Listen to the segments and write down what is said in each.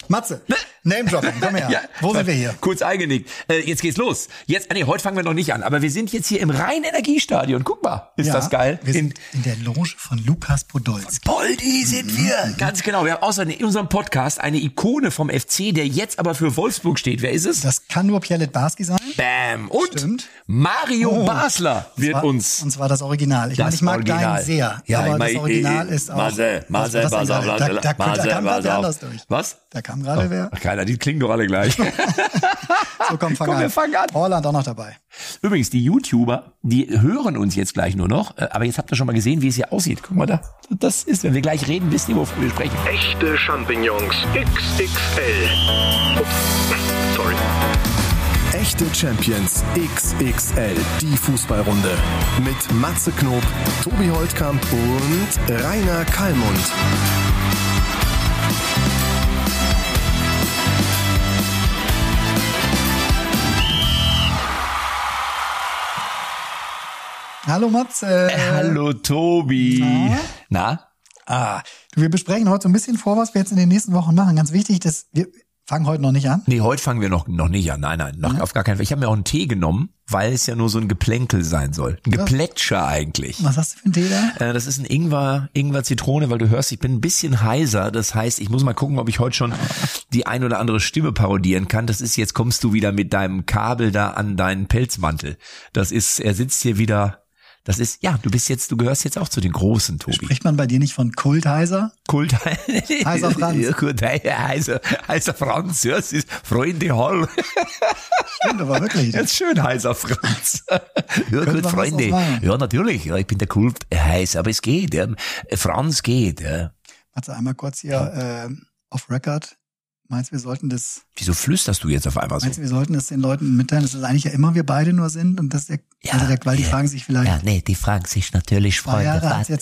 Matze, Name-Dropping, komm her. Ja, Wo sind wir hier? Kurz eingenickt. Jetzt geht's los. Heute fangen wir noch nicht an, aber wir sind jetzt hier im Rhein-Energiestadion. Guck mal, ist das geil? Wir sind in der Loge von Lukas Podolski. Poldi sind wir. Ganz genau. Wir haben außerdem in unserem Podcast eine Ikone vom FC, der jetzt aber für Wolfsburg steht. Wer ist es? Das kann nur Pierre Littbarski sein. Bam. Und Stimmt. Mario Basler wird uns. Und zwar das Original. Ich mag deinen sehr. Ja, aber das Original ist auch... Marcel Basler. Da kam gerade anders durch. Was? Da kam gerade wer. Keiner, die klingen doch alle gleich. So, komm, wir fangen an. Holland auch noch dabei. Übrigens, die YouTuber, die hören uns jetzt gleich nur noch. Aber jetzt habt ihr schon mal gesehen, wie es hier aussieht. Guck mal da. Das ist, wenn wir gleich reden, wisst ihr, wovon wir sprechen. Echte Champignons XXL. Ups, sorry. Echte Champions XXL, die Fußballrunde. Mit Matze Knob, Tobi Holtkamp und Rainer Kallmund. Hallo Matze. Hallo Tobi. Na? Wir besprechen heute so ein bisschen vor, was wir jetzt in den nächsten Wochen machen. Ganz wichtig, wir fangen heute noch nicht an. Nee, heute fangen wir noch nicht an. Nein, auf gar keinen Fall. Ich habe mir auch einen Tee genommen, weil es ja nur so ein Geplänkel sein soll. Ein Geplätscher eigentlich. Was hast du für einen Tee da? Das ist ein Ingwer-Zitrone, weil du hörst, ich bin ein bisschen heiser. Das heißt, ich muss mal gucken, ob ich heute schon die ein oder andere Stimme parodieren kann. Das ist, jetzt kommst du wieder mit deinem Kabel da an deinen Pelzmantel. Er sitzt hier wieder... Das ist, du gehörst jetzt auch zu den Großen, Tobi. Spricht man bei dir nicht von Kultheiser? Heiser Franz. Heiser Franz, ja, es ist Freunde Hall. Stimmt, aber wirklich. Das ist schön, Heiser Franz. Ja, Können gut, Freunde. Ja, natürlich, ja, ich bin der Kult heiß, aber es geht, ja. Franz geht, ja. Warte, einmal kurz hier, off record. Meinst du, wir sollten das... Wieso flüsterst du jetzt auf einmal so? Meinst du, wir sollten das den Leuten mitteilen, dass es eigentlich ja immer wir beide nur sind und dass weil die fragen sich vielleicht... Ja, nee, die fragen sich natürlich, Freunde,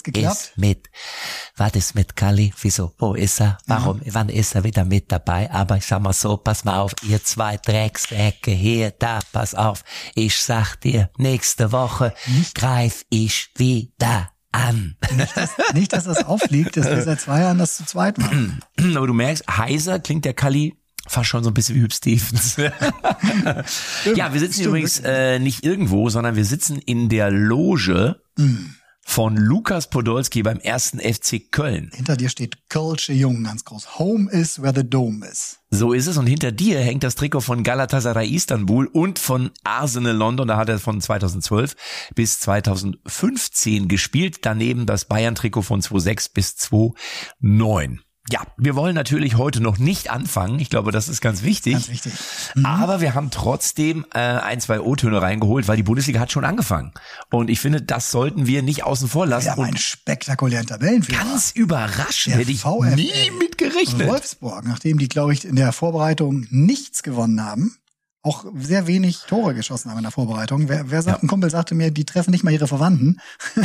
was ist mit Kalli? Wieso? Wo ist er? Warum? Wann ist er wieder mit dabei? Aber ich sag mal so, pass mal auf, ihr zwei Dreckssäcke hier, da, pass auf. Ich sag dir, nächste Woche greif ich wieder an. Nicht, dass das aufliegt, dass wir seit 2 Jahren das zu zweit machen. Aber du merkst, heiser klingt der Kalli fast schon so ein bisschen wie Hüb Stevens. Ja, wir sitzen übrigens nicht irgendwo, sondern wir sitzen in der Loge von Lukas Podolski beim 1. FC Köln. Hinter dir steht Kölsche Jung ganz groß. Home is where the dome is. So ist es. Und hinter dir hängt das Trikot von Galatasaray Istanbul und von Arsenal London. Da hat er von 2012 bis 2015 gespielt. Daneben das Bayern-Trikot von 2006 bis 2009. Ja, wir wollen natürlich heute noch nicht anfangen. Ich glaube, das ist ganz wichtig. Ganz wichtig. Aber wir haben trotzdem 1-2 O-Töne reingeholt, weil die Bundesliga hat schon angefangen. Und ich finde, das sollten wir nicht außen vor lassen. Wir haben einen spektakulären Tabellenführer. Ganz überraschend, Der hätte ich VfL nie mit gerechnet. Wolfsburg, nachdem die, glaube ich, in der Vorbereitung nichts gewonnen haben, auch sehr wenig Tore geschossen haben in der Vorbereitung. Ein Kumpel sagte mir, die treffen nicht mal ihre Verwandten.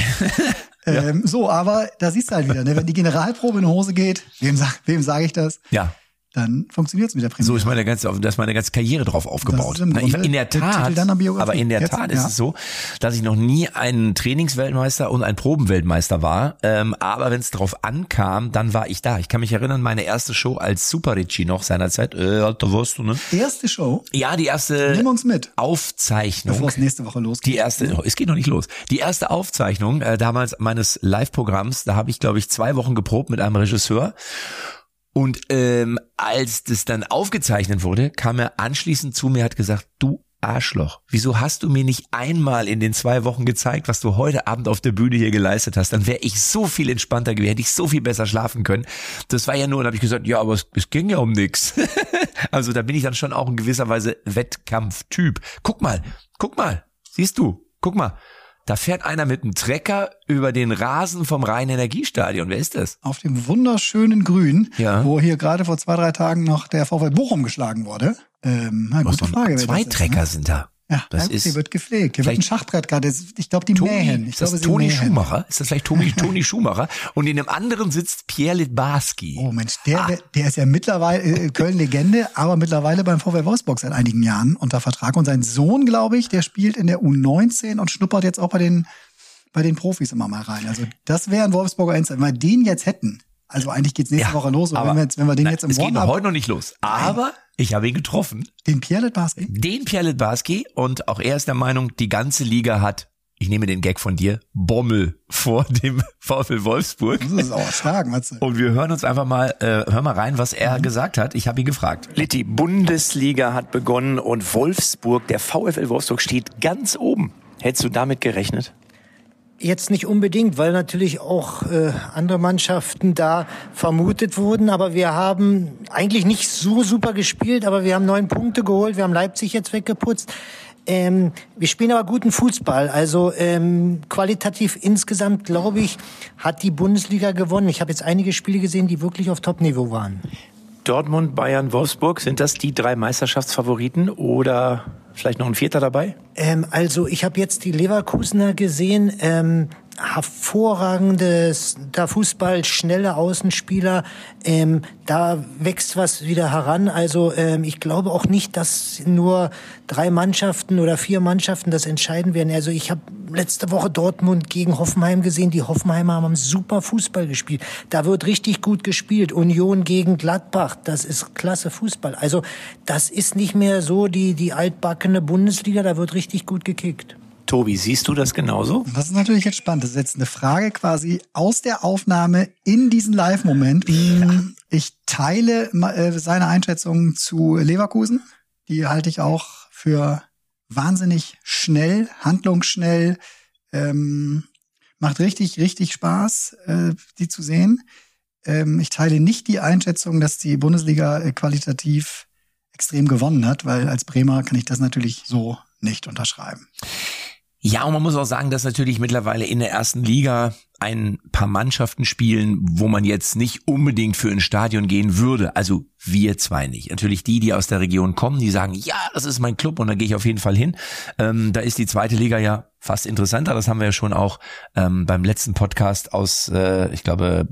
Aber da siehst du halt wieder, ne? Wenn die Generalprobe in die Hose geht, wem sage ich das? Ja. Dann funktioniert's mit der Premiere. So ist meine ganze Karriere drauf aufgebaut. In der Tat ist es so, dass ich noch nie ein Trainingsweltmeister und ein Probenweltmeister war. Aber wenn es drauf ankam, dann war ich da. Ich kann mich erinnern, meine erste Show als Super Ricci noch seinerzeit. Alter, wirst du, ne? Erste Show? Ja, die erste Nimm uns mit. Aufzeichnung. Bevor es nächste Woche losgeht. Es geht noch nicht los. Die erste Aufzeichnung damals meines Live-Programms, da habe ich, glaube ich, 2 Wochen geprobt mit einem Regisseur. Und als das dann aufgezeichnet wurde, kam er anschließend zu mir, hat gesagt, du Arschloch, wieso hast du mir nicht einmal in den 2 Wochen gezeigt, was du heute Abend auf der Bühne hier geleistet hast? Dann wäre ich so viel entspannter gewesen, hätte ich so viel besser schlafen können. Das war ja nur, und habe ich gesagt, ja, aber es ging ja um nix. Also da bin ich dann schon auch in gewisser Weise Wettkampftyp. Guck mal, siehst du, guck mal. Da fährt einer mit einem Trecker über den Rasen vom Rhein-Energiestadion. Wer ist das? Auf dem wunderschönen Grün, ja, wo hier gerade vor 2-3 Tagen noch der VfL Bochum geschlagen wurde. Gute Frage. 2 Trecker sind da. Ja, die wird gepflegt. Hier wird ein Schachbrett gerade. Ich glaube, die mähen. Ist das Toni Schumacher? Ist das vielleicht Toni Schumacher? Und in dem anderen sitzt Pierre Littbarski. Oh Mensch, der ist ja mittlerweile Köln-Legende, aber mittlerweile beim VfL Wolfsburg seit einigen Jahren unter Vertrag. Und sein Sohn, glaube ich, der spielt in der U19 und schnuppert jetzt auch bei den Profis immer mal rein. Also das wäre ein Wolfsburger Insight. Wenn wir den jetzt hätten Also eigentlich geht's nächste Woche los. Und aber wenn wir den jetzt im es geht Warm-up... heute noch nicht los. Aber ich habe ihn getroffen. Den Pierre Littbarski? Den Pierre Littbarski. Und auch er ist der Meinung, die ganze Liga hat, ich nehme den Gag von dir, Bommel vor dem VfL Wolfsburg. Das ist auch stark, Matze. Und wir hören uns einfach mal, hör mal rein, was er gesagt hat. Ich habe ihn gefragt. Litti, Bundesliga hat begonnen und Wolfsburg, der VfL Wolfsburg steht ganz oben. Hättest du damit gerechnet? Jetzt nicht unbedingt, weil natürlich auch andere Mannschaften da vermutet wurden. Aber wir haben eigentlich nicht so super gespielt, aber wir haben 9 Punkte geholt. Wir haben Leipzig jetzt weggeputzt. Wir spielen aber guten Fußball. Also qualitativ insgesamt, glaube ich, hat die Bundesliga gewonnen. Ich habe jetzt einige Spiele gesehen, die wirklich auf Top-Niveau waren. Dortmund, Bayern, Wolfsburg, sind das die 3 Meisterschaftsfavoriten oder vielleicht noch ein 4. dabei? Also ich habe jetzt die Leverkusener gesehen. Hervorragendes da Fußball, schnelle Außenspieler, da wächst was wieder heran. Also ich glaube auch nicht, dass nur 3 Mannschaften oder 4 Mannschaften das entscheiden werden. Also ich habe letzte Woche Dortmund gegen Hoffenheim gesehen. Die Hoffenheimer haben super Fußball gespielt. Da wird richtig gut gespielt. Union gegen Gladbach, das ist klasse Fußball. Also das ist nicht mehr so die altbackene Bundesliga, da wird richtig gut gekickt. Tobi, siehst du das genauso? Das ist natürlich jetzt spannend. Das ist jetzt eine Frage quasi aus der Aufnahme in diesen Live-Moment. Ich teile seine Einschätzung zu Leverkusen. Die halte ich auch für wahnsinnig schnell, handlungsschnell. Macht richtig, richtig Spaß, die zu sehen. Ich teile nicht die Einschätzung, dass die Bundesliga qualitativ extrem gewonnen hat, weil als Bremer kann ich das natürlich so nicht unterschreiben. Ja, und man muss auch sagen, dass natürlich mittlerweile in der ersten Liga ein paar Mannschaften spielen, wo man jetzt nicht unbedingt für ein Stadion gehen würde. Also wir 2 nicht. Natürlich die aus der Region kommen, die sagen, ja, das ist mein Club und da gehe ich auf jeden Fall hin. Da ist die 2. Liga ja fast interessanter. Das haben wir ja schon auch beim letzten Podcast aus, ich glaube,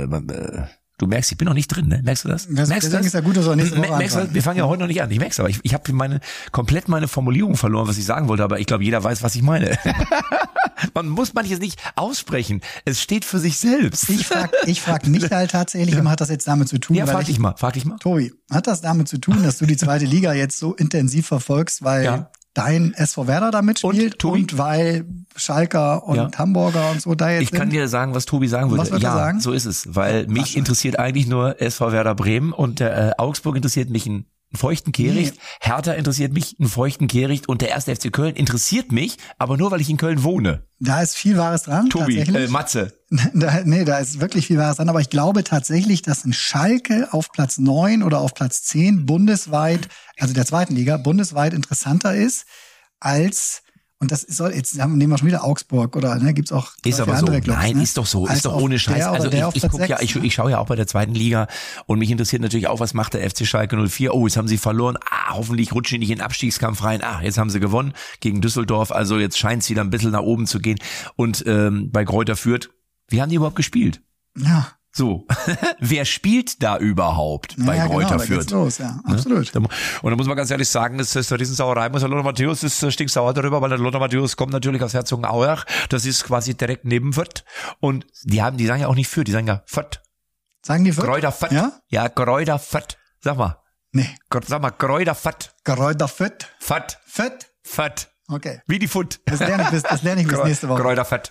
du merkst, ich bin noch nicht drin, ne? Merkst du das? Merkst du das? Ist ja gut, dass wir nächste Woche merkst du, wir fangen ja heute noch nicht an. Ich merk's, aber ich habe komplett meine Formulierung verloren, was ich sagen wollte, aber ich glaube, jeder weiß, was ich meine. Man muss manches nicht aussprechen. Es steht für sich selbst. Ich frag mich halt tatsächlich, hat das jetzt damit zu tun? Ja, frag dich mal. Tobi, hat das damit zu tun, dass du die 2. Liga jetzt so intensiv verfolgst, weil dein SV Werder da mitspielt und weil Schalker und Hamburger und so da jetzt Ich kann dir sagen, was Tobi sagen würde. Was würde er sagen? So ist es, weil mich interessiert eigentlich nur SV Werder Bremen und Augsburg interessiert mich einen feuchten Kehricht, Hertha interessiert mich einen feuchten Kehricht und der 1. FC Köln interessiert mich, aber nur, weil ich in Köln wohne. Da ist viel Wahres dran. Tobi, Matze. Da ist wirklich viel Wahres dran, aber ich glaube tatsächlich, dass ein Schalke auf Platz 9 oder auf Platz 10 bundesweit, also der 2. Liga, bundesweit interessanter ist als, und das soll, jetzt nehmen wir schon wieder Augsburg oder gibt's auch ist aber andere so. Clubs, Nein, ne? ist doch so, als ist doch ohne Scheiß. Also ich schaue ja auch bei der 2. Liga und mich interessiert natürlich auch, was macht der FC Schalke 04? Oh, jetzt haben sie verloren. Hoffentlich rutschen die nicht in den Abstiegskampf rein. Jetzt haben sie gewonnen gegen Düsseldorf. Also jetzt scheint es wieder ein bisschen nach oben zu gehen. Und bei Greuther Fürth, wie haben die überhaupt gespielt? Ja. So, wer spielt da überhaupt bei Greuther Fürth? Los, ja, absolut. Und da muss man ganz ehrlich sagen, das ist Riesensauerei, muss der Lothar Matthäus ist stinksauer darüber, weil der Lothar Matthäus kommt natürlich aus Herzogenaurach, das ist quasi direkt neben Fürth und die sagen ja auch nicht Fürth, die sagen ja Fürth. Sagen die Fürth? Greuther Fürth. Ja, Greuther Fürth. Sag mal. Nee. Sag mal, Greuther Fürth. Greuther Fürth. Fürth. Fürth. Okay. Wie die Foot. Das lerne ich bis nächste Woche. Greuther Fürth.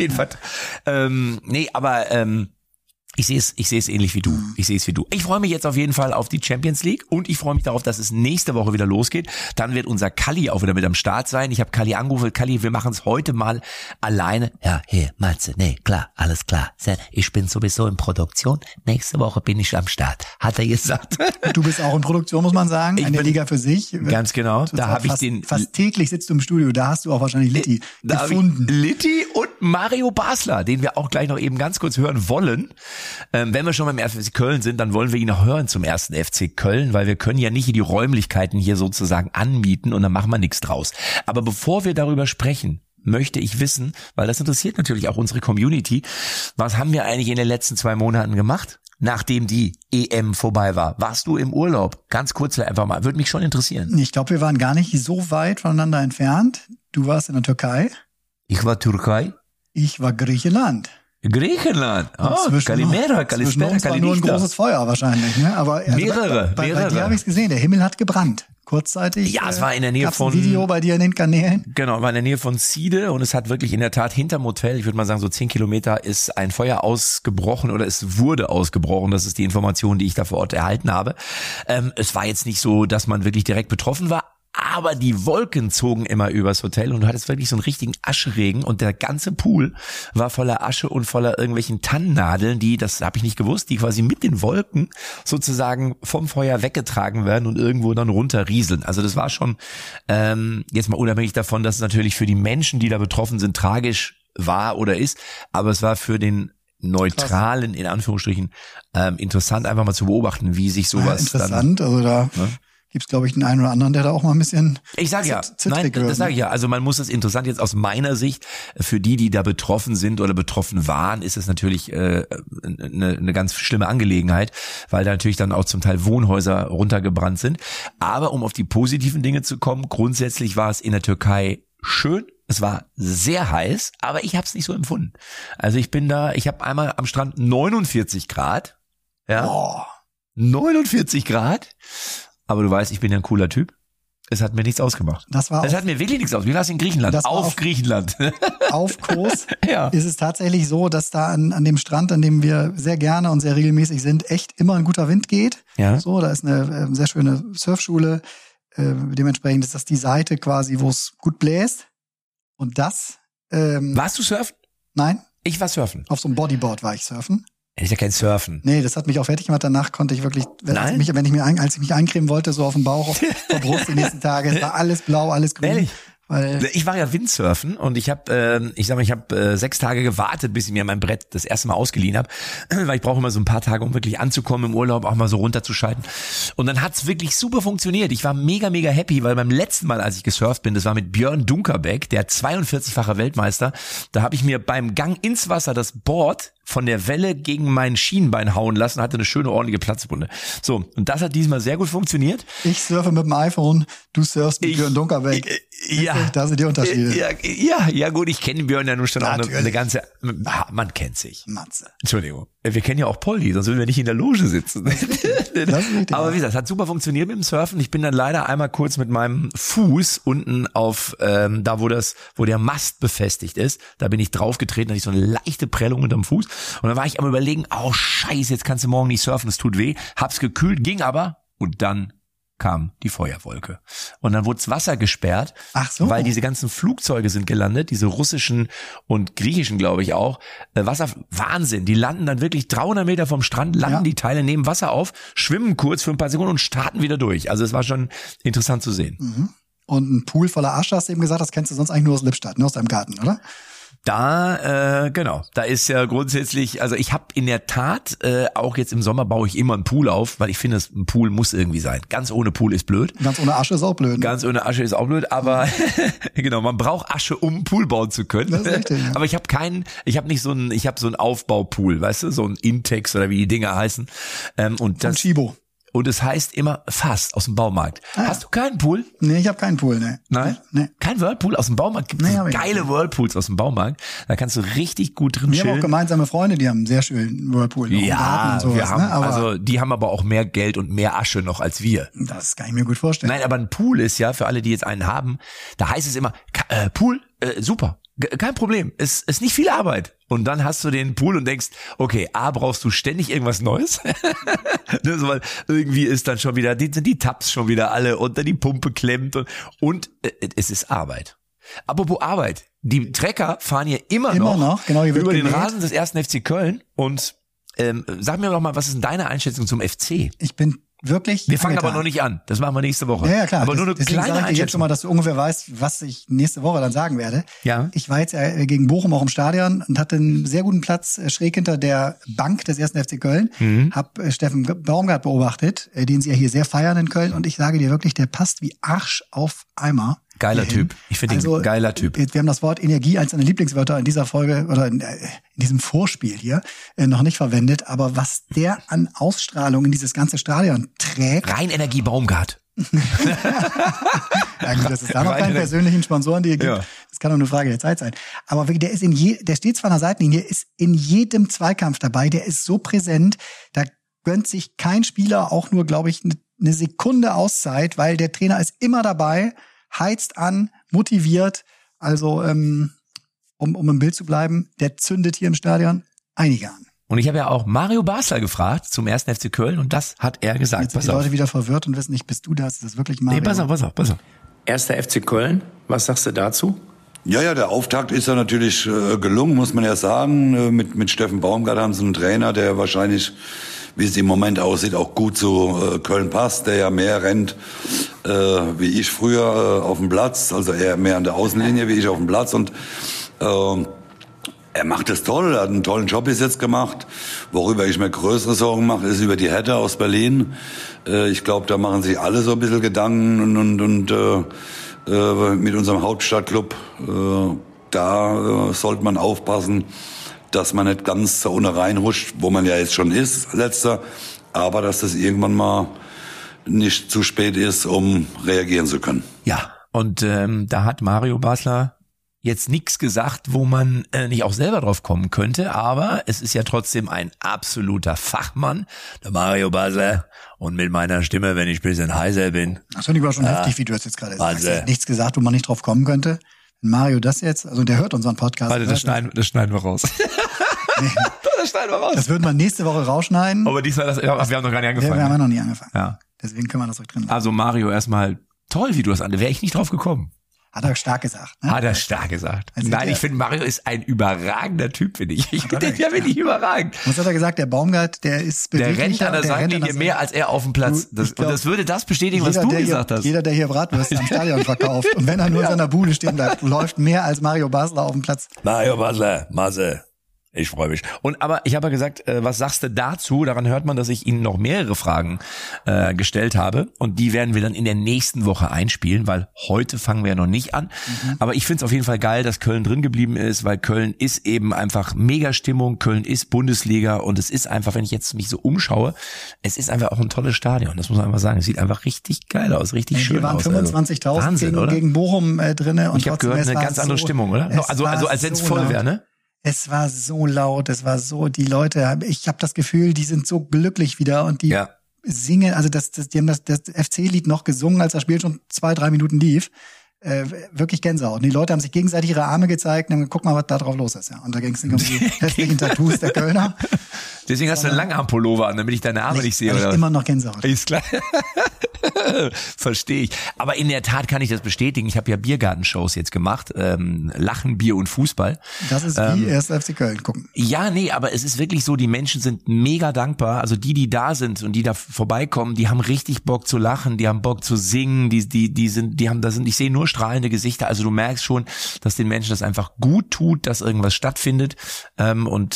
Nee, aber ich sehe es ähnlich wie du. Ich freue mich jetzt auf jeden Fall auf die Champions League und ich freue mich darauf, dass es nächste Woche wieder losgeht. Dann wird unser Kalli auch wieder mit am Start sein. Ich habe Kalli angerufen. Kalli, wir machen es heute mal alleine. Ja, hier, Matze, nee, klar, alles klar. Ich bin sowieso in Produktion. Nächste Woche bin ich am Start, hat er gesagt. Du bist auch in Produktion, muss man sagen. Eine Liga für sich. Ganz genau. Da habe ich fast täglich sitzt du im Studio. Da hast du auch wahrscheinlich Litti gefunden. Litti und Mario Basler, den wir auch gleich noch eben ganz kurz hören wollen. Wenn wir schon beim 1. FC Köln sind, dann wollen wir ihn noch hören zum 1. FC Köln, weil wir können ja nicht die Räumlichkeiten hier sozusagen anmieten und dann machen wir nichts draus. Aber bevor wir darüber sprechen, möchte ich wissen, weil das interessiert natürlich auch unsere Community, was haben wir eigentlich in den letzten 2 Monaten gemacht, nachdem die EM vorbei war? Warst du im Urlaub? Ganz kurz einfach mal, würde mich schon interessieren. Ich glaube, wir waren gar nicht so weit voneinander entfernt. Du warst in der Türkei. Ich war Türkei. Ich war Griechenland. Griechenland. Oh, Zwischen Kalimera, uns Kalispera, war nur ein Kalinichta. großes Feuer wahrscheinlich. Ne? Aber also Mehrere. Bei dir habe ich es gesehen. Der Himmel hat gebrannt. Kurzzeitig. Ja, es war in der Nähe gab's von- ein Video bei dir in den Kanälen. Genau, war in der Nähe von Side und es hat wirklich in der Tat hinterm Hotel, ich würde mal sagen so 10 Kilometer, ist ein Feuer ausgebrochen oder es wurde ausgebrochen. Das ist die Information, die ich da vor Ort erhalten habe. Es war jetzt nicht so, dass man wirklich direkt betroffen war, aber die Wolken zogen immer übers Hotel und du hattest wirklich so einen richtigen Ascheregen und der ganze Pool war voller Asche und voller irgendwelchen Tannennadeln, die, das habe ich nicht gewusst, die quasi mit den Wolken sozusagen vom Feuer weggetragen werden und irgendwo dann runterrieseln. Also das war schon, jetzt mal unabhängig davon, dass es natürlich für die Menschen, die da betroffen sind, tragisch war oder ist, aber es war für den neutralen, in Anführungsstrichen, interessant einfach mal zu beobachten, wie sich sowas Interessant, also da gibt's, glaube ich, den einen oder anderen, der da auch mal ein bisschen Ich sage ja, zittrig nein, wird, das sage ich ja. Also man muss es interessant jetzt aus meiner Sicht, für die da betroffen sind oder betroffen waren, ist es natürlich eine ganz schlimme Angelegenheit, weil da natürlich dann auch zum Teil Wohnhäuser runtergebrannt sind. Aber um auf die positiven Dinge zu kommen, grundsätzlich war es in der Türkei schön. Es war sehr heiß, aber ich habe es nicht so empfunden. Also ich habe einmal am Strand 49 Grad. Ja. Boah. 49 Grad. Aber du weißt, ich bin ja ein cooler Typ. Es hat mir nichts ausgemacht. Das war Es hat mir wirklich nichts ausgemacht. Wie war es in Griechenland? Das war Auf auf- Griechenland. auf Kurs Ja. ist es tatsächlich so, dass da an dem Strand, an dem wir sehr gerne und sehr regelmäßig sind, echt immer ein guter Wind geht. Ja. So, da ist eine sehr schöne Surfschule. Dementsprechend ist das die Seite quasi, wo es gut bläst. Und das, Warst du surfen? nein, Ich war surfen. auf so einem Bodyboard war ich surfen. Ist ja kein Surfen. Nee, das hat mich auch fertig gemacht. Danach konnte ich wirklich, Nein? als ich mich eincremen wollte, so auf dem Bauch, auf der Brust die nächsten Tage, es war alles blau, alles grün. Ehrlich? Weil Ich war ja Windsurfen und ich habe 6 Tage gewartet, bis ich mir mein Brett das erste Mal ausgeliehen habe, weil ich brauche immer so ein paar Tage, um wirklich anzukommen im Urlaub, auch mal so runterzuschalten. Und dann hat's wirklich super funktioniert. Ich war mega, mega happy, weil beim letzten Mal, als ich gesurft bin, das war mit Björn Dunkerbeck, der 42-facher Weltmeister, da habe ich mir beim Gang ins Wasser das Board von der Welle gegen mein Schienbein hauen lassen, hatte eine schöne, ordentliche Platzwunde. So, und das hat diesmal sehr gut funktioniert. ich surfe mit dem iPhone, du surfst mit Björn Dunkerbeck. Ja. Da sind die Unterschiede. Ja, gut, ich kenne Björn ja nun schon auch Natürlich. eine ganze, man kennt sich. Matze. Entschuldigung. Wir kennen ja auch Polly, sonst würden wir nicht in der Loge sitzen. Das ist richtig, Aber ja. wie gesagt, es hat super funktioniert mit dem Surfen. Ich bin dann leider einmal kurz mit meinem Fuß unten auf, da wo der Mast befestigt ist, da bin ich draufgetreten, hatte ich so eine leichte Prellung unterm Fuß. Und dann war ich am Überlegen, oh Scheiße, jetzt kannst du morgen nicht surfen, es tut weh. Hab's gekühlt, ging aber und dann kam die Feuerwolke. Und dann wurde das Wasser gesperrt, Ach so. weil diese ganzen Flugzeuge sind gelandet, diese russischen und griechischen, glaube ich auch. Wahnsinn, die landen dann wirklich 300 Meter vom Strand, landen Ja. die Teile, nehmen Wasser auf, schwimmen kurz für ein paar Sekunden und starten wieder durch. Also es war schon interessant zu sehen. Und ein Pool voller Asche, hast du eben gesagt, das kennst du sonst eigentlich nur aus Lippstadt, ne, aus deinem Garten, oder? Da, genau, da ist ja grundsätzlich, also ich habe in der Tat, auch jetzt im Sommer baue ich immer einen Pool auf, weil ich finde, ein Pool muss irgendwie sein. Ganz ohne Pool ist blöd. Ganz ohne Asche ist auch blöd. Ne? Ganz ohne Asche ist auch blöd, aber genau, man braucht Asche, um einen Pool bauen zu können. Das ist richtig, ja. Aber ich habe so einen Aufbaupool, weißt du, so ein Intex oder wie die Dinger heißen. Und Von das Chibo. und es heißt immer fast aus dem Baumarkt. Ah. Hast du keinen Pool? Nee, ich habe keinen Pool, ne. Nein? Nee. Kein Whirlpool aus dem Baumarkt? Gibt es Nee, hab ich geile nicht. Whirlpools aus dem Baumarkt? Da kannst du richtig gut drin Wir haben auch chillen. gemeinsame Freunde, die haben einen sehr schönen Whirlpool. auch im Garten Ja, und sowas, wir haben, ne? Aber also die haben aber auch mehr Geld und mehr Asche noch als wir. das kann ich mir gut vorstellen. Nein, aber ein Pool ist ja, für alle, die jetzt einen haben, da heißt es immer, Pool, super, kein Problem, ist nicht viel Arbeit. Und dann hast du den Pool und denkst, okay, A, brauchst du ständig irgendwas Neues. Ne, so, weil irgendwie ist dann schon wieder, sind die Tabs schon wieder alle unter die Pumpe klemmt und es ist Arbeit. Apropos Arbeit, die Trecker fahren hier immer noch genau, hier wird über den gemäht. Rasen des 1. FC Köln und sag mir doch mal, was ist denn deine Einschätzung zum FC? Ich bin wirklich Wir fangen aber angetan. noch nicht an. Das machen wir nächste Woche. Ja, ja, klar. Aber nur eine Deswegen kleine sage ich dir jetzt schon Einschätzung. mal, dass du ungefähr weißt, was ich nächste Woche dann sagen werde. Ja. Ich war jetzt gegen Bochum auch im Stadion und hatte einen sehr guten Platz schräg hinter der Bank des 1. FC Köln. Hab Steffen Baumgart beobachtet, den sie ja hier sehr feiern in Köln. Und ich sage dir wirklich, der passt wie Arsch auf Eimer. Geiler hierhin. Typ. Ich finde ihn ein geiler Typ. Wir haben das Wort Energie als seine Lieblingswörter in dieser Folge oder in diesem Vorspiel hier noch nicht verwendet. Aber was der an Ausstrahlung in dieses ganze Stadion trägt. Rein Energie Baumgart. Ja gut, dass es da noch Rein keinen Energie. persönlichen Sponsoren, die gibt. Ja. Das kann doch eine Frage der Zeit sein. Aber wirklich, der steht zwar an der Seitenlinie, ist in jedem Zweikampf dabei, der ist so präsent, da gönnt sich kein Spieler auch nur, glaube ich, eine Sekunde Auszeit, weil der Trainer ist immer dabei, heizt an, motiviert. Also, um im Bild zu bleiben, der zündet hier im Stadion einige an. Und ich habe ja auch Mario Basler gefragt zum 1. FC Köln und das hat er gesagt. Jetzt sind die Leute wieder verwirrt und wissen nicht, bist du das? Ist das wirklich Mario? Nee, pass auf. 1. FC Köln, was sagst du dazu? Ja, der Auftakt ist ja natürlich gelungen, muss man ja sagen. Mit Steffen Baumgart haben sie einen Trainer, der wahrscheinlich, wie es im Moment aussieht, auch gut zu Köln passt, der ja mehr rennt wie ich früher auf dem Platz, also eher mehr an der Außenlinie wie ich auf dem Platz und er macht es toll, er hat einen tollen Job bis jetzt gemacht. Worüber ich mir größere Sorgen mache, ist über die Hertha aus Berlin. Ich glaube, da machen sich alle so ein bisschen Gedanken und mit unserem Hauptstadtclub, da sollte man aufpassen, dass man nicht ganz zur Unne reinrutscht, wo man ja jetzt schon ist, letzter, aber dass das irgendwann mal nicht zu spät ist, um reagieren zu können. Ja, und da hat Mario Basler jetzt nichts gesagt, wo man nicht auch selber drauf kommen könnte, aber es ist ja trotzdem ein absoluter Fachmann, der Mario Basler. Und mit meiner Stimme, wenn ich ein bisschen heiser bin. Das finde ich aber schon heftig, wie du das jetzt gerade sagst. Er hat nichts gesagt, wo man nicht drauf kommen könnte. Wenn Mario das jetzt, also der hört unseren Podcast. Warte, das schneiden wir raus. Nee. Das schneiden wir raus. Das würden wir nächste Woche rausschneiden. Aber diesmal, wir haben noch gar nicht angefangen. Wir haben noch nie angefangen. Ja. Deswegen können wir das auch drin lassen. Also Mario, erstmal toll, wie du das an. Wäre ich nicht drauf gekommen. Hat er stark gesagt. Ne? Hat er stark gesagt. Also Nein, ich finde, Mario ist ein überragender Typ, finde ich. Ich finde den ja wirklich überragend. Was hat er gesagt? Der Baumgart, der ist der beweglicher. rennt an der Seitenlinie mehr als er auf dem Platz. Und das würde das bestätigen, was du gesagt hast. Jeder, der hier Bratwürste am Stadion verkauft und wenn er nur in seiner Bude stehen bleibt, läuft mehr als Mario Basler auf dem Platz. Mario Basler, Masse. Ich freue mich. Aber ich habe ja gesagt, was sagst du dazu? Daran hört man, dass ich Ihnen noch mehrere Fragen gestellt habe. Und die werden wir dann in der nächsten Woche einspielen, weil heute fangen wir ja noch nicht an. Aber ich finde es auf jeden Fall geil, dass Köln drin geblieben ist, weil Köln ist eben einfach Mega-Stimmung. Köln ist Bundesliga und es ist einfach, wenn ich jetzt mich so umschaue, es ist einfach auch ein tolles Stadion. Das muss man einfach sagen. Es sieht einfach richtig geil aus, richtig schön aus. Hier waren 25.000 gegen Bochum drinne. Und ich habe gehört, eine ganz andere Stimmung, oder? Also als wenn es voll wäre, ne? Es war so laut, es war so, die Leute, ich habe das Gefühl, die sind so glücklich wieder und die singen, also die haben das FC-Lied noch gesungen, als das Spiel schon 2-3 Minuten lief. Wirklich Gänsehaut. Und die Leute haben sich gegenseitig ihre Arme gezeigt und dann guck mal, was da drauf los ist. Ja. Und da ging es nicht um die hässlichen Tattoos der Kölner. Deswegen hast du einen Langarm-Pullover an, damit ich deine Arme nicht sehe. Oder? Immer noch Gänsehaut. Ist klar. Verstehe ich. Aber in der Tat kann ich das bestätigen. Ich habe ja Biergartenshows jetzt gemacht. Lachen, Bier und Fußball. Das ist wie 1. FC Köln. Gucken. Ja, nee, aber es ist wirklich so, die Menschen sind mega dankbar. Also die da sind und die da vorbeikommen, die haben richtig Bock zu lachen, die haben Bock zu singen, ich sehe nur strahlende Gesichter. Also du merkst schon, dass den Menschen das einfach gut tut, dass irgendwas stattfindet. Hier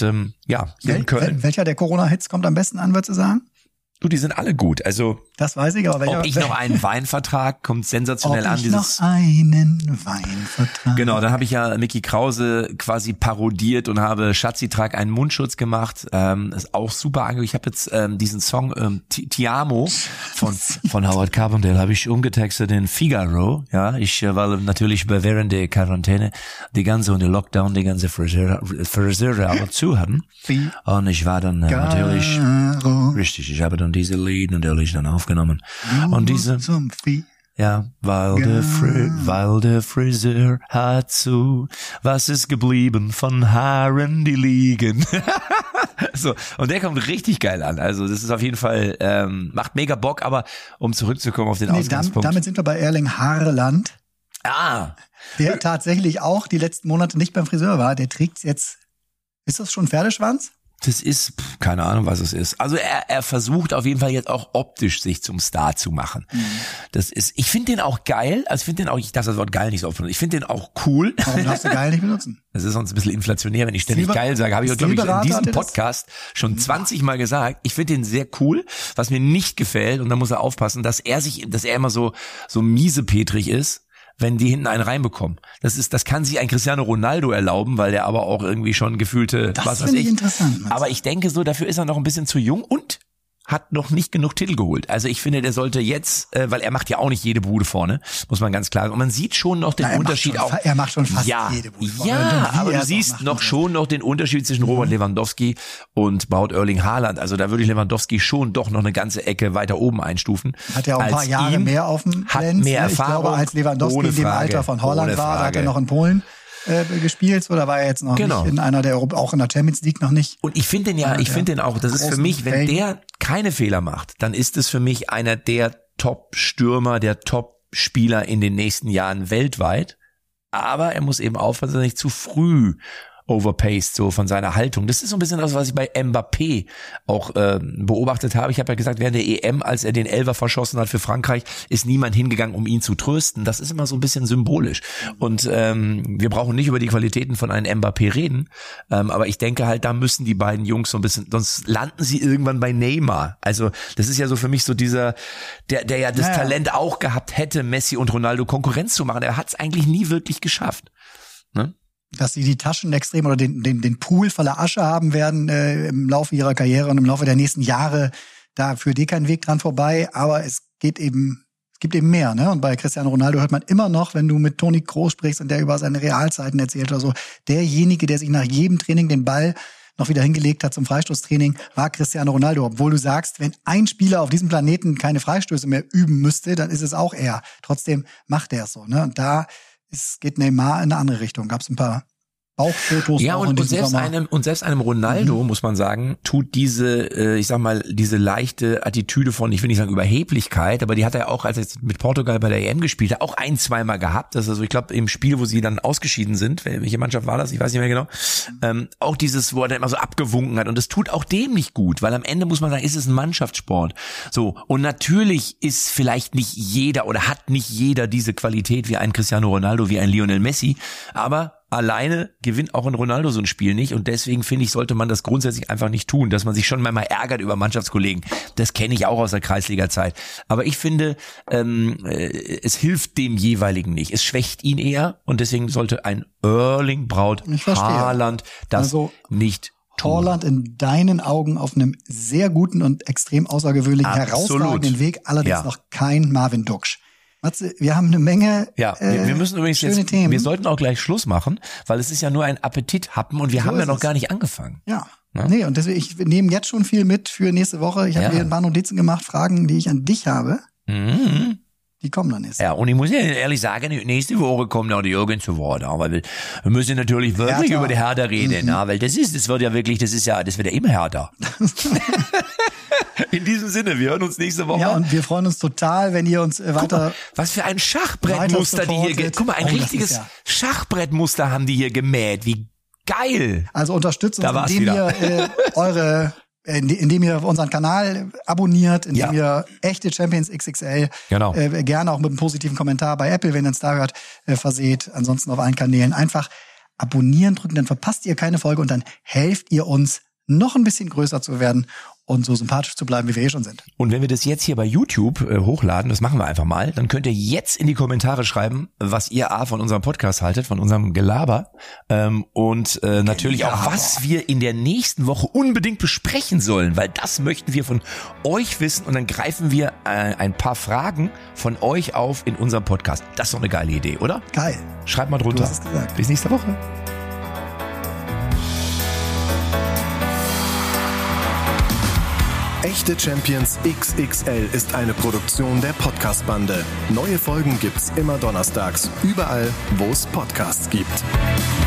in Köln. Welcher der Corona-Hits kommt am besten an, würdest du sagen? Du, die sind alle gut. Also das weiß ich, aber welcher, ob ich noch einen Weinvertrag, kommt sensationell an. Noch einen Weinvertrag. Genau, dann habe ich ja Micky Krause quasi parodiert und habe Schatzi, trag einen Mundschutz gemacht. Ist auch super angehört. Ich habe jetzt diesen Song Ti Amo von Howard Carpendale habe ich umgetextet in Figaro. Ja, ich war natürlich während der Quarantäne die ganze Lockdown, die ganze Friseure aber zu hatten. Und ich war dann natürlich richtig. Ich habe dann diese Lied natürlich dann aufgenommen. Und diese, ja, weil der Friseur hat zu, was ist geblieben von Haaren, die liegen. So, und der kommt richtig geil an. Also das ist auf jeden Fall, macht mega Bock, aber um zurückzukommen auf den Ausgangspunkt. Damit sind wir bei Erling Haaland. Ah. Der tatsächlich auch die letzten Monate nicht beim Friseur war. Der trägt jetzt, ist das schon Pferdeschwanz? Das ist, keine Ahnung, was es ist. Also er versucht auf jeden Fall jetzt auch optisch sich zum Star zu machen. Das ist, ich finde den auch geil, ich darf das Wort geil nicht so oft benutzen, ich finde den auch cool. Warum darfst du geil nicht benutzen? Das ist sonst ein bisschen inflationär, wenn ich ständig geil sage. Habe ich, glaube ich, in diesem Podcast schon 20 Mal gesagt. Ich finde den sehr cool. Was mir nicht gefällt, und da muss er aufpassen, dass er immer so miesepetrig ist, wenn die hinten einen reinbekommen. Das kann sich ein Cristiano Ronaldo erlauben, weil der aber auch irgendwie schon gefühlte, das finde ich interessant. Aber ich denke so, dafür ist er noch ein bisschen zu jung und hat noch nicht genug Titel geholt. Also ich finde, der sollte jetzt, weil er macht ja auch nicht jede Bude vorne, muss man ganz klar sagen. Und man sieht schon noch den Unterschied auch. Er macht schon fast jede Bude vorne. Ja, aber du siehst noch schon noch den Unterschied zwischen Robert Lewandowski und Braut Erling Haaland. Also da würde ich Lewandowski schon doch noch eine ganze Ecke weiter oben einstufen. Hat ja auch ein paar Jahre mehr auf dem Lenz. Mehr Erfahrung. Ich glaube, als Lewandowski in dem Alter von Holland war, da hat er noch in Polen gespielt, oder war er jetzt noch nicht in einer der auch in der Champions League noch nicht? Und ich finde den auch, das ist für mich, wenn der keine Fehler macht, dann ist es für mich einer der Top-Stürmer, der Top-Spieler in den nächsten Jahren weltweit. Aber er muss eben aufpassen, dass er nicht zu früh overpaced, so von seiner Haltung. Das ist so ein bisschen das, was ich bei Mbappé auch beobachtet habe. Ich habe ja gesagt, während der EM, als er den Elfer verschossen hat für Frankreich, ist niemand hingegangen, um ihn zu trösten. Das ist immer so ein bisschen symbolisch. Und wir brauchen nicht über die Qualitäten von einem Mbappé reden, aber ich denke halt, da müssen die beiden Jungs so ein bisschen, sonst landen sie irgendwann bei Neymar. Also das ist ja so für mich so dieser, der ja das Talent auch gehabt hätte, Messi und Ronaldo Konkurrenz zu machen. Er hat es eigentlich nie wirklich geschafft. Ne? Dass sie die Taschen extrem oder den Pool voller Asche haben werden im Laufe ihrer Karriere und im Laufe der nächsten Jahre, da führt kein Weg dran vorbei, aber es gibt eben mehr, ne? Und bei Cristiano Ronaldo hört man immer noch, wenn du mit Toni Kroos sprichst und der über seine Realzeiten erzählt oder so, derjenige, der sich nach jedem Training den Ball noch wieder hingelegt hat zum Freistoßtraining, war Cristiano Ronaldo. Obwohl du sagst, wenn ein Spieler auf diesem Planeten keine Freistöße mehr üben müsste, dann ist es auch er. Trotzdem macht er es so, ne? Und da geht Neymar in eine andere Richtung. Gab es ein paar Bauchfotos. Ja, und selbst einem Ronaldo, muss man sagen, tut diese, ich sag mal, diese leichte Attitüde von, ich will nicht sagen Überheblichkeit, aber die hat er auch, als er jetzt mit Portugal bei der EM gespielt hat, auch zweimal gehabt. Das ist also, ich glaube, im Spiel, wo sie dann ausgeschieden sind, welche Mannschaft war das? Ich weiß nicht mehr genau. Auch dieses, wo er dann immer so abgewunken hat. Und das tut auch dem nicht gut, weil am Ende muss man sagen, ist es ein Mannschaftssport. So. Und natürlich ist vielleicht nicht jeder oder hat nicht jeder diese Qualität wie ein Cristiano Ronaldo, wie ein Lionel Messi, aber alleine gewinnt auch ein Ronaldo so ein Spiel nicht und deswegen finde ich, sollte man das grundsätzlich einfach nicht tun, dass man sich schon mal ärgert über Mannschaftskollegen. Das kenne ich auch aus der Kreisliga-Zeit. Aber ich finde, es hilft dem jeweiligen nicht. Es schwächt ihn eher und deswegen sollte ein Erling Braut Haaland das nicht tun. Haaland in deinen Augen auf einem sehr guten und extrem außergewöhnlichen, herausragenden Weg, allerdings noch kein Marvin Duksch. Matze, wir haben eine Menge wir müssen übrigens schöne Themen. Wir sollten auch gleich Schluss machen, weil es ist ja nur ein Appetithappen und wir haben ja noch gar nicht angefangen. Ja. Nee, und deswegen, ich nehme jetzt schon viel mit für nächste Woche. Ich habe mir ein paar Notizen gemacht, Fragen, die ich an dich habe. Mhm. Die kommen dann jetzt. Ja, und ich muss ja ehrlich sagen, nächste Woche kommt noch die Jürgen zu Wort, aber wir müssen natürlich wirklich über die Hertha reden, weil das wird ja immer härter. In diesem Sinne, wir hören uns nächste Woche. Ja, und wir freuen uns total, wenn ihr uns weiter... Guck mal, was für ein Schachbrettmuster die hier... Guck mal, ein richtiges Schachbrettmuster haben die hier gemäht. Wie geil! Also unterstützt uns, indem ihr unseren Kanal abonniert, indem ihr echte Champions XXL gerne auch mit einem positiven Kommentar bei Apple, wenn ihr uns da hört, verseht. Ansonsten auf allen Kanälen einfach abonnieren drücken, dann verpasst ihr keine Folge und dann helft ihr uns, noch ein bisschen größer zu werden und so sympathisch zu bleiben, wie wir schon sind. Und wenn wir das jetzt hier bei YouTube hochladen, das machen wir einfach mal, dann könnt ihr jetzt in die Kommentare schreiben, was ihr von unserem Podcast haltet, von unserem Gelaber und natürlich auch, was wir in der nächsten Woche unbedingt besprechen sollen, weil das möchten wir von euch wissen und dann greifen wir ein paar Fragen von euch auf in unserem Podcast. Das ist doch eine geile Idee, oder? Geil. Schreibt mal drunter. Du hast es gesagt. Bis nächste Woche. Echte Champions XXL ist eine Produktion der Podcast-Bande. Neue Folgen gibt's immer donnerstags, überall, wo es Podcasts gibt.